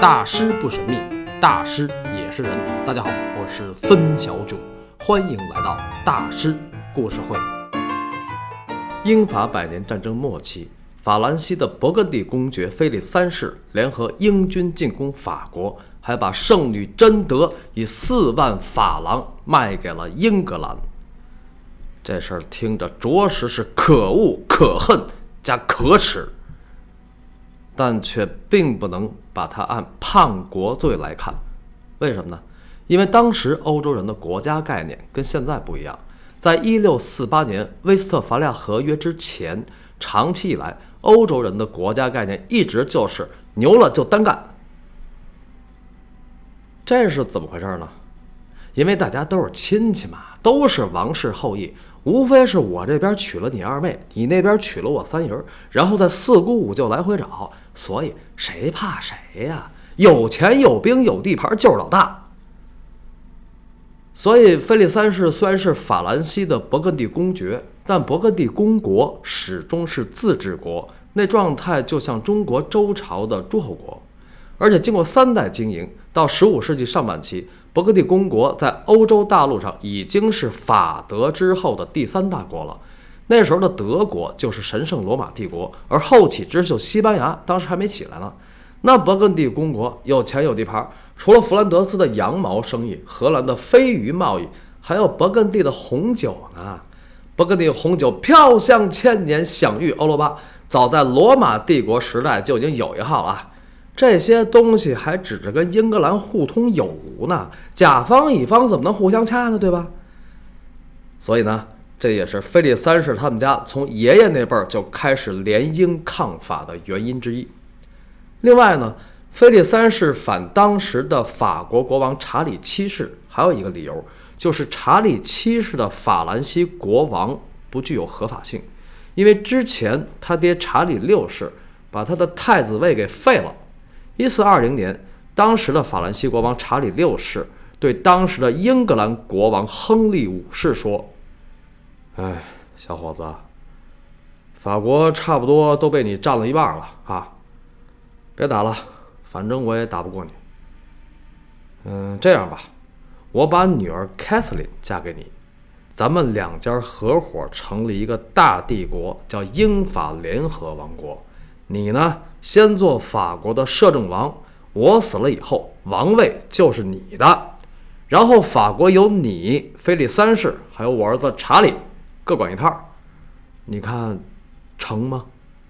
大师不神秘，大师也是人。大家好，我是森小九，欢迎来到大师故事会。英法百年战争末期，法兰西的勃艮第公爵菲利三世联合英军进攻法国，还把圣女贞德以4万法郎卖给了英格兰。这事儿听着着实是可恶、可恨加可耻，但却并不能把它按叛国罪来看。为什么呢？因为当时欧洲人的国家概念跟现在不一样。在1648年威斯特伐利亚合约之前，长期以来欧洲人的国家概念一直就是牛了就单干。这是怎么回事呢？因为大家都是亲戚嘛，都是王室后裔，无非是我这边娶了你二妹，你那边娶了我三姨，然后再4姑5舅来回找，所以谁怕谁呀？有钱有兵有地盘就是老大。所以菲利三世虽然是法兰西的勃艮第公爵，但勃艮第公国始终是自治国，那状态就像中国周朝的诸侯国。而且经过3代经营，到15世纪上半期，勃艮第公国在欧洲大陆上已经是法德之后的第3大国了。那时候的德国就是神圣罗马帝国，而后起之秀西班牙当时还没起来呢。那勃艮第公国有钱有地盘，除了弗兰德斯的羊毛生意、荷兰的飞鱼贸易，还有勃艮第的红酒呢。勃艮第红酒飘香千年，享誉欧罗巴，早在罗马帝国时代就已经有一号了。这些东西还指着跟英格兰互通有无呢，甲方乙方怎么能互相掐呢，对吧？所以呢，这也是菲利三世他们家从爷爷那辈儿就开始联英抗法的原因之一。另外呢，菲利三世反当时的法国国王查理七世还有一个理由，就是查理七世的法兰西国王不具有合法性，因为之前他爹查理六世把他的太子位给废了。1420年，当时的法兰西国王查理六世对当时的英格兰国王亨利五世说：哎，小伙子，法国差不多都被你占了一半了啊，别打了，反正我也打不过你。这样吧，我把女儿 Kathleen 嫁给你，咱们2家合伙成立一个大帝国，叫英法联合王国。你呢，先做法国的摄政王，我死了以后，王位就是你的。然后法国有你菲利三世，还有我儿子查理，各管一套。你看成吗？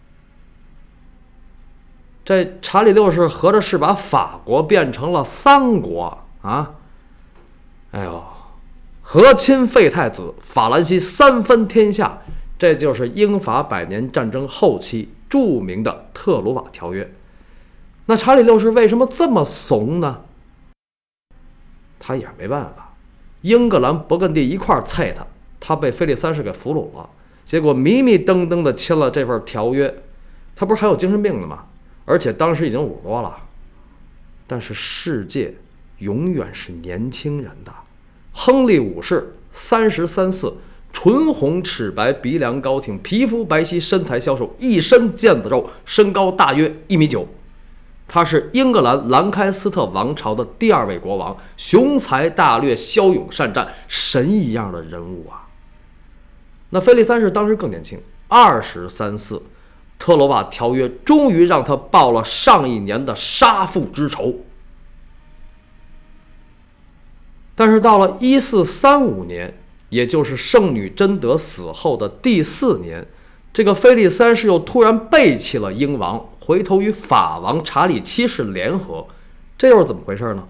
这查理六世合着是把法国变成了3国啊！哎呦，和亲废太子，法兰西3分天下，这就是英法百年战争后期著名的特鲁瓦条约。那查理六世为什么这么怂呢？他也没办法，英格兰勃艮第一块菜他被菲利三世给俘虏了，结果迷迷瞪瞪的签了这份条约。他不是还有精神病的吗？而且当时已经50多了。但是世界永远是年轻人的。亨利五世33、4，唇红齿白，鼻梁高挺，皮肤白皙，身材消瘦，一身腱子肉，身高大约1.9米。他是英格兰兰开斯特王朝的第2位国王，雄才大略，骁勇善战，神一样的人物啊。那菲利三世当时更年轻，23、4，特罗瓦条约终于让他报了上一年的杀父之仇。但是到了1435年，也就是圣女贞德死后的第4年，这个菲利三世又突然背弃了英王，回头与法王查理七世联合。这又是怎么回事呢？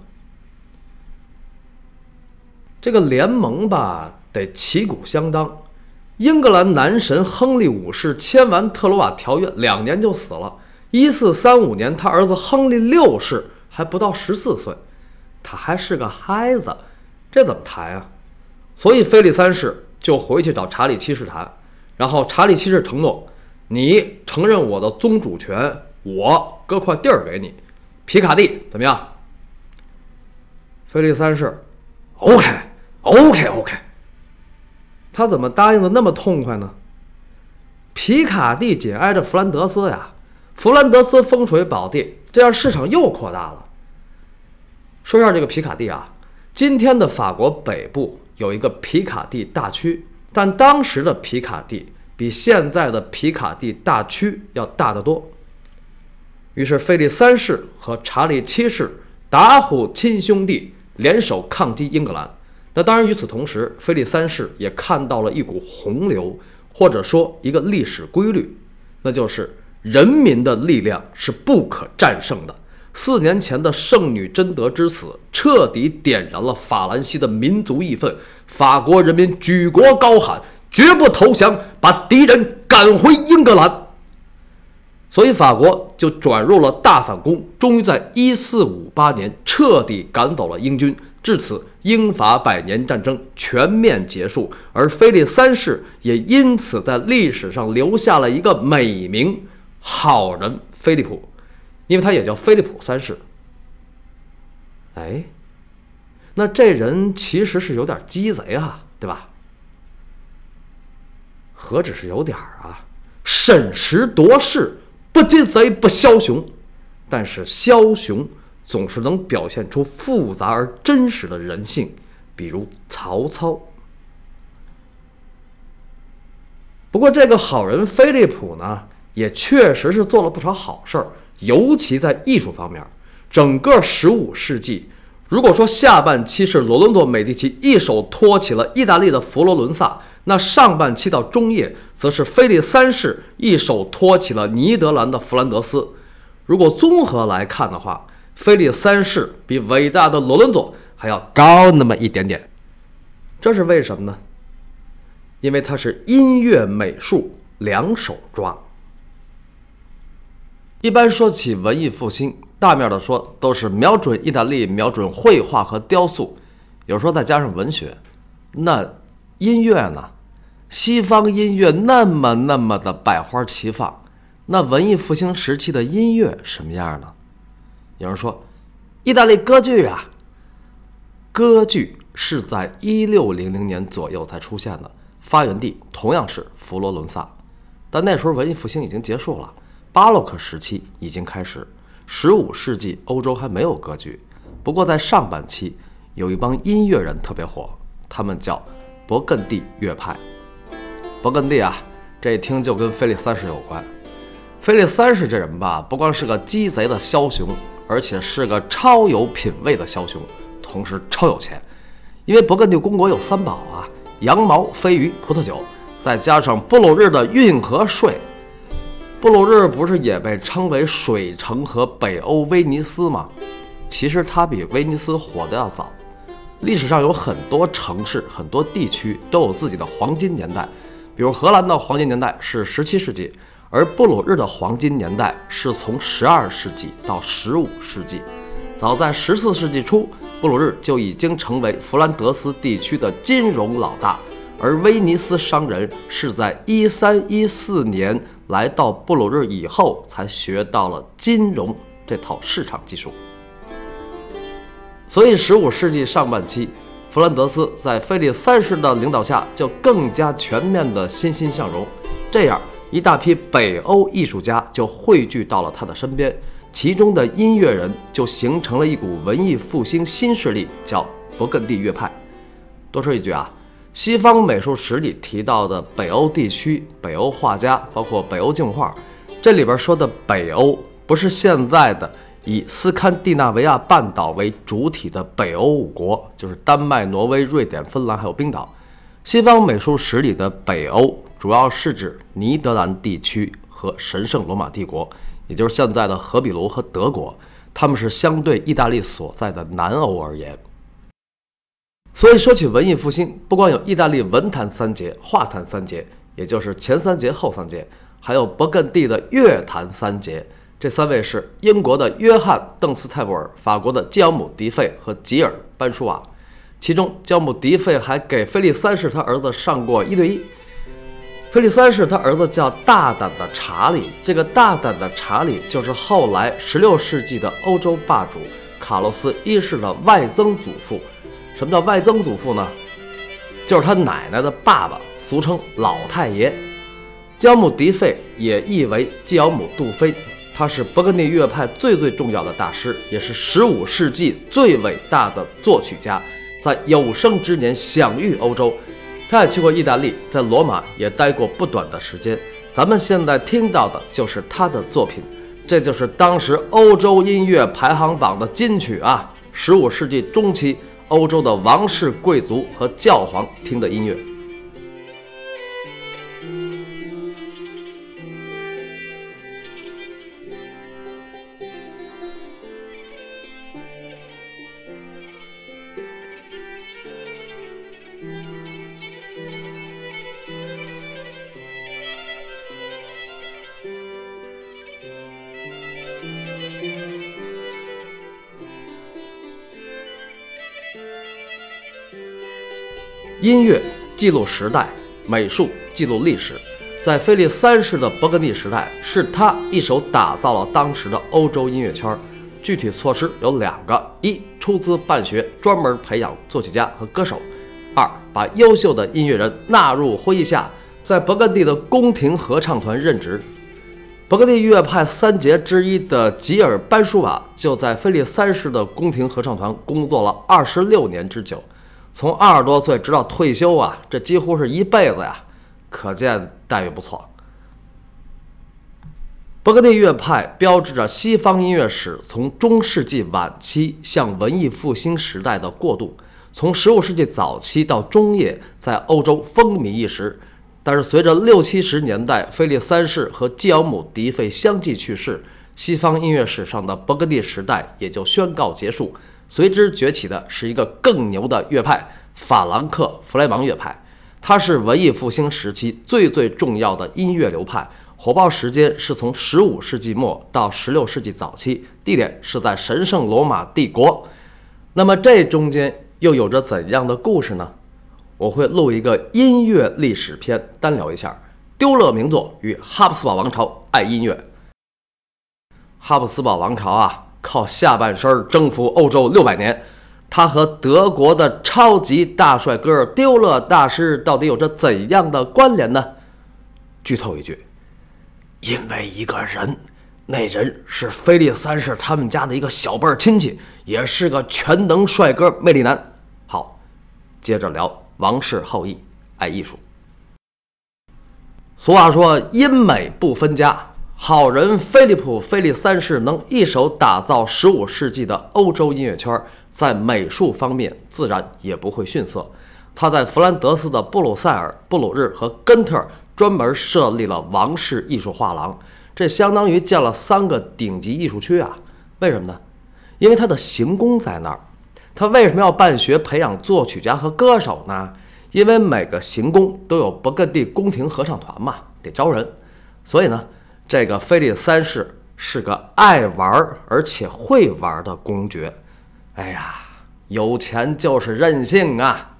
这个联盟吧，得旗鼓相当。英格兰男神亨利五世签完特鲁瓦条约2年就死了。1435年，他儿子亨利六世还不到14岁，他还是个孩子，这怎么谈啊？所以菲利三世就回去找查理七世谈，然后查理七世承诺，你承认我的宗主权，我割块地儿给你，皮卡蒂怎么样？菲利三世 OK， 他怎么答应的那么痛快呢？皮卡蒂紧挨着弗兰德斯呀，弗兰德斯风水宝地，这样市场又扩大了。 说一下这个皮卡蒂啊，今天的法国北部有一个皮卡蒂大区，但当时的皮卡蒂比现在的皮卡蒂大区要大得多。于是菲利三世和查理七世打虎亲兄弟，联手抗击英格兰。那当然，与此同时，菲利三世也看到了一股洪流，或者说一个历史规律，那就是人民的力量是不可战胜的。4年前的圣女贞德之死，彻底点燃了法兰西的民族义愤，法国人民举国高喊，绝不投降，把敌人赶回英格兰。所以法国就转入了大反攻，终于在1458年彻底赶走了英军，至此英法100年战争全面结束，而菲利三世也因此在历史上留下了一个美名——好人菲利普，因为他也叫菲利普三世。哎，那这人其实是有点鸡贼啊，对吧？何止是有点啊，审时度势，不鸡贼不枭雄。但是枭雄总是能表现出复杂而真实的人性，比如曹操。不过这个好人菲利普呢，也确实是做了不少好事儿，尤其在艺术方面。整个15世纪，如果说下半期是罗伦多·美第奇一手托起了意大利的佛罗伦萨，那上半期到中叶则是菲利三世一手托起了尼德兰的弗兰德斯。如果综合来看的话，菲利三世比伟大的罗伦佐还要高那么一点点。这是为什么呢？因为他是音乐美术两手抓。一般说起文艺复兴，大面的说都是瞄准意大利，瞄准绘画和雕塑，有时候再加上文学。那音乐呢？西方音乐那么的百花齐放，那文艺复兴时期的音乐什么样呢？有人说意大利歌剧啊，歌剧是在1600年左右才出现的，发源地同样是佛罗伦萨，但那时候文艺复兴已经结束了，巴洛克时期已经开始。15世纪欧洲还没有歌剧，不过在上半期有一帮音乐人特别火，他们叫勃艮第乐派。勃艮第啊，这一听就跟菲利三世有关。菲利三世这人吧，不光是个鸡贼的枭雄，而且是个超有品位的枭雄，同时超有钱。因为勃艮第公国有3宝啊，羊毛、飞鱼、葡萄酒，再加上布鲁日的运河税。布鲁日不是也被称为水城和北欧威尼斯吗？其实它比威尼斯火得要早。历史上有很多城市、很多地区都有自己的黄金年代，比如荷兰的黄金年代是17世纪，而布鲁日的黄金年代是从12世纪到15世纪。早在14世纪初，布鲁日就已经成为弗兰德斯地区的金融老大，而威尼斯商人是在1314年来到布鲁日以后才学到了金融这套市场技术。所以15世纪上半期，弗兰德斯在菲利三世的领导下就更加全面的欣欣向荣，这样一大批北欧艺术家就汇聚到了他的身边，其中的音乐人就形成了一股文艺复兴新势力，叫勃艮第乐派。多说一句啊，西方美术史里提到的北欧地区、北欧画家，包括北欧镜画，这里边说的北欧不是现在的以斯堪的纳维亚半岛为主体的北欧5国，就是丹麦、挪威、瑞典、芬兰还有冰岛。西方美术史里的北欧主要是指尼德兰地区和神圣罗马帝国，也就是现在的荷比卢和德国，他们是相对意大利所在的南欧而言。所以说起文艺复兴，不光有意大利文坛三杰、画坛三杰，也就是前3杰后3杰，还有勃艮第的乐坛三杰。这3位是英国的约翰·邓斯泰布尔、法国的基奥姆·迪费和吉尔·班舒瓦。其中基奥姆·迪费还给菲利三世他儿子上过1对1。菲利三世他儿子叫大胆的查理，这个大胆的查理就是后来16世纪的欧洲霸主卡洛斯1世的外曾祖父。什么叫外曾祖父呢？就是他奶奶的爸爸，俗称老太爷。基奥姆·迪费也译为基奥姆·杜菲，他他是勃艮第乐派最重要的大师，也是15世纪最伟大的作曲家，在有生之年享誉欧洲。他也去过意大利，在罗马也待过不短的时间。咱们现在听到的就是他的作品，这就是当时欧洲音乐排行榜的金曲啊！15世纪中期，欧洲的王室贵族和教皇听的音乐。音乐记录时代，美术记录历史。在菲利三世的勃艮第时代，是他一手打造了当时的欧洲音乐圈。具体措施有2个：一、出资办学，专门培养作曲家和歌手；二、把优秀的音乐人纳入麾下，在勃艮第的宫廷合唱团任职。勃艮第乐派3杰之一的吉尔班舒瓦就在菲利三世的宫廷合唱团工作了26年之久。从20多岁直到退休啊，这几乎是一辈子呀，可见待遇不错。勃艮第乐派标志着西方音乐史从中世纪晚期向文艺复兴时代的过渡，从15世纪早期到中叶在欧洲风靡一时。但是随着60、70年代菲利三世和继尔姆迪费相继去世，西方音乐史上的勃艮第时代也就宣告结束。随之崛起的是一个更牛的乐派——法兰克弗莱芒乐派。它是文艺复兴时期最重要的音乐流派，火爆时间是从15世纪末到16世纪早期，地点是在神圣罗马帝国。那么这中间又有着怎样的故事呢？我会录一个音乐历史篇，单聊一下丢勒名作与哈布斯堡王朝爱音乐。哈布斯堡王朝啊，靠下半身征服欧洲600年，他和德国的超级大帅哥丢勒大师到底有着怎样的关联呢？剧透一句，因为一个人，那人是菲利三世他们家的一个小辈亲戚，也是个全能帅哥魅力男。好，接着聊王室后裔爱艺术。俗话说英美不分家，好人菲利普·菲利三世能一手打造15世纪的欧洲音乐圈，在美术方面自然也不会逊色。他在弗兰德斯的布鲁塞尔、布鲁日和根特专门设立了王室艺术画廊，这相当于建了3个顶级艺术区啊！为什么呢？因为他的行宫在那儿。他为什么要办学培养作曲家和歌手呢？因为每个行宫都有勃艮第宫廷合唱团嘛，得招人。所以呢，这个菲利三世是个爱玩而且会玩的公爵。哎呀，有钱就是任性啊！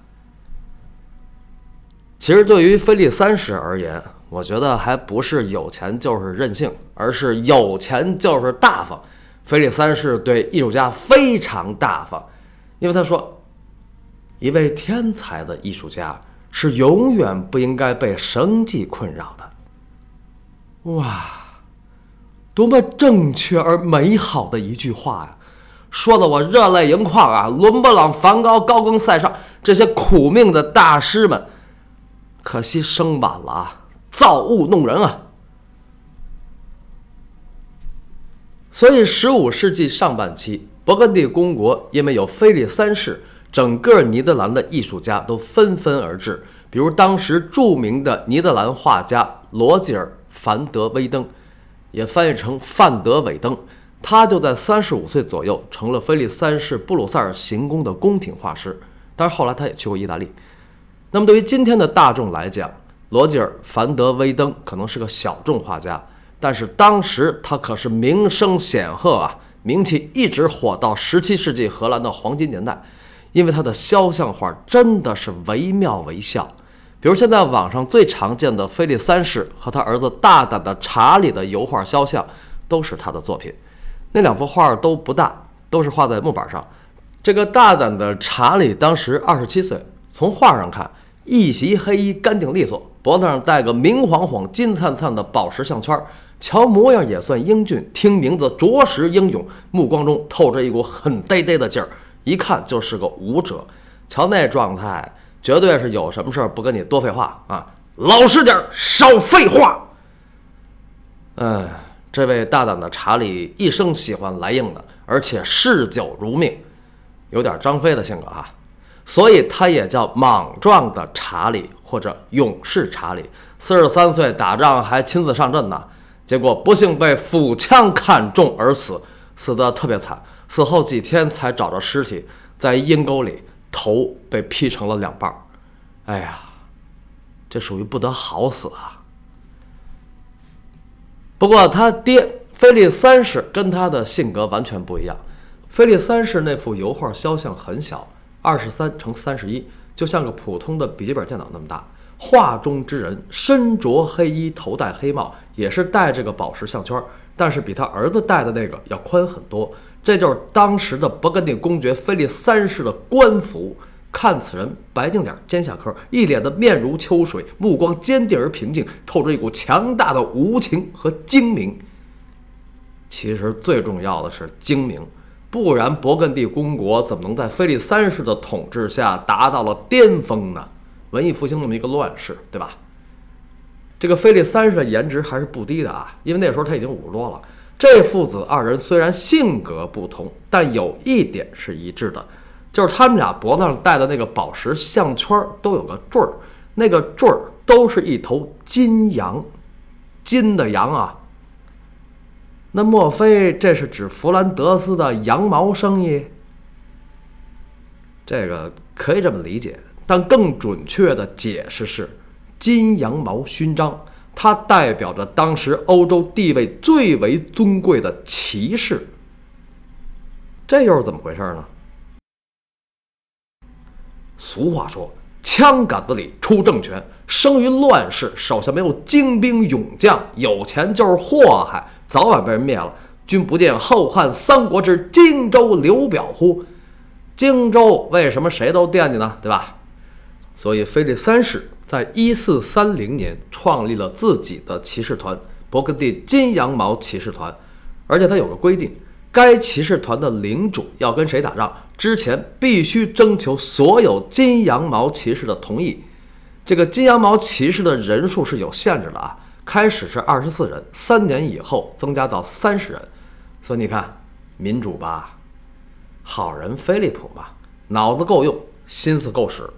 其实对于菲利三世而言，我觉得还不是有钱就是任性，而是有钱就是大方。菲利三世对艺术家非常大方，因为他说，一位天才的艺术家是永远不应该被生计困扰的。哇，多么正确而美好的一句话呀！说的我热泪盈眶啊！伦勃朗、梵高、高更、塞尚这些苦命的大师们，可惜生晚了啊，造物弄人啊！所以15世纪上半期，勃艮第公国因为有菲利三世，整个尼德兰的艺术家都纷纷而至，比如当时著名的尼德兰画家罗吉尔·凡德威登，也翻译成范德韦登。他就在35岁左右成了菲利三世布鲁塞尔行宫的宫廷画师，但是后来他也去过意大利。那么对于今天的大众来讲，罗吉尔·凡德威登可能是个小众画家，但是当时他可是名声显赫啊，名气一直火到17世纪荷兰的黄金年代，因为他的肖像画真的是惟妙惟肖。比如现在网上最常见的菲利三世和他儿子大胆的查理的油画肖像，都是他的作品。那2幅画都不大，都是画在木板上。这个大胆的查理当时27岁，从画上看，一袭黑衣干净利索，脖子上戴个明晃晃金灿灿的宝石项圈， 瞧模样也算英俊，听名字着实英勇，目光中透着一股很呆呆的劲儿，一看就是个武者。瞧那状态，绝对是有什么事儿不跟你多废话啊！老实点，少废话。这位大胆的查理一生喜欢来硬的，而且嗜酒如命，有点张飞的性格啊，所以他也叫莽撞的查理或者勇士查理。43岁打仗还亲自上阵呢，结果不幸被腹腔砍中而死，死得特别惨。死后几天才找着尸体，在阴沟里，头被劈成了2半。哎呀，这属于不得好死啊！不过他爹菲利3世跟他的性格完全不一样。菲利3世那幅油画肖像很小，23×31，就像个普通的笔记本电脑那么大。画中之人身着黑衣，头戴黑帽，也是戴这个宝石项圈，但是比他儿子戴的那个要宽很多。这就是当时的勃艮第公爵菲利3世的官服。看此人白净脸，尖下颏，一脸的面如秋水，目光坚定而平静，透着一股强大的无情和精明。其实最重要的是精明，不然勃艮第公国怎么能在菲利3世的统治下达到了巅峰呢？文艺复兴那么一个乱世，对吧？这个菲利3世的颜值还是不低的啊，因为那时候他已经50多了。这父子2人虽然性格不同，但有一点是一致的，就是他们俩脖子上戴的那个宝石项圈都有个坠儿，那个坠儿都是一头金羊，金的羊啊。那莫非这是指弗兰德斯的羊毛生意？这个可以这么理解，但更准确的解释是金羊毛勋章，它代表着当时欧洲地位最为尊贵的骑士。这又是怎么回事呢？俗话说，枪杆子里出政权，生于乱世，手下没有精兵勇将，有钱就是祸害，早晚被人灭了。君不见后汉三国之荆州刘表乎？荆州为什么谁都惦记呢？对吧？所以菲利3世在1430年创立了自己的骑士团——勃艮第金羊毛骑士团，而且他有个规定，该骑士团的领主要跟谁打仗之前，必须征求所有金羊毛骑士的同意。这个金羊毛骑士的人数是有限制的啊，开始是24人，3年以后增加到30人。所以你看，民主吧，好人菲利普嘛，脑子够用，心思够使。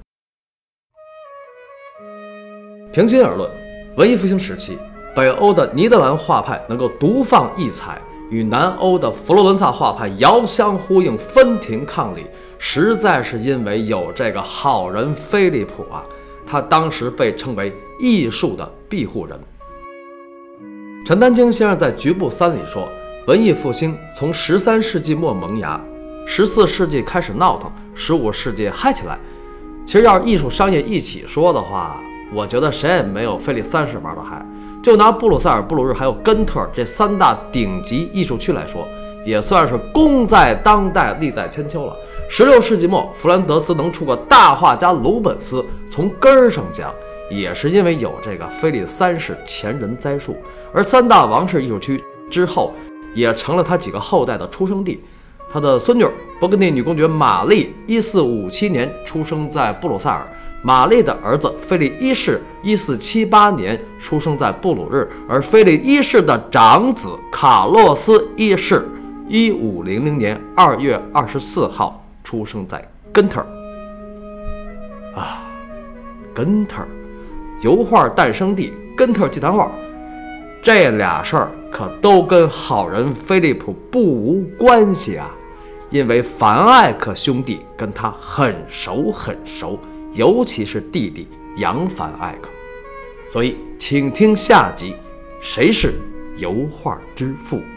平心而论，文艺复兴时期，北欧的尼德兰画派能够独放异彩，与南欧的佛罗伦萨画派遥相呼应，分庭抗礼，实在是因为有这个好人菲利普啊，他当时被称为艺术的庇护人。陈丹青先生在《局部3》里说，文艺复兴从13世纪末萌芽，14世纪开始闹腾，15世纪嗨起来。其实要是艺术商业一起说的话，我觉得谁也没有菲利3世玩的嗨。就拿布鲁塞尔、布鲁日还有根特这3大顶级艺术区来说，也算是功在当代，利在千秋了。16世纪末，弗兰德斯能出个大画家鲁本斯，从根儿上讲，也是因为有这个菲利3世前人栽树。而3大王室艺术区之后，也成了他几个后代的出生地。他的孙女勃艮第女公爵玛丽1457年出生在布鲁塞尔，玛丽的儿子菲利1世1478年出生在布鲁日，而菲利1世的长子卡洛斯1世1500年2月24号出生在根特啊，根特油画诞生地，根特祭坛画，这俩事儿可都跟好人菲利普不无关系啊，因为凡艾克兄弟跟他很熟很熟，尤其是弟弟扬凡艾克。所以请听下集，谁是油画之父？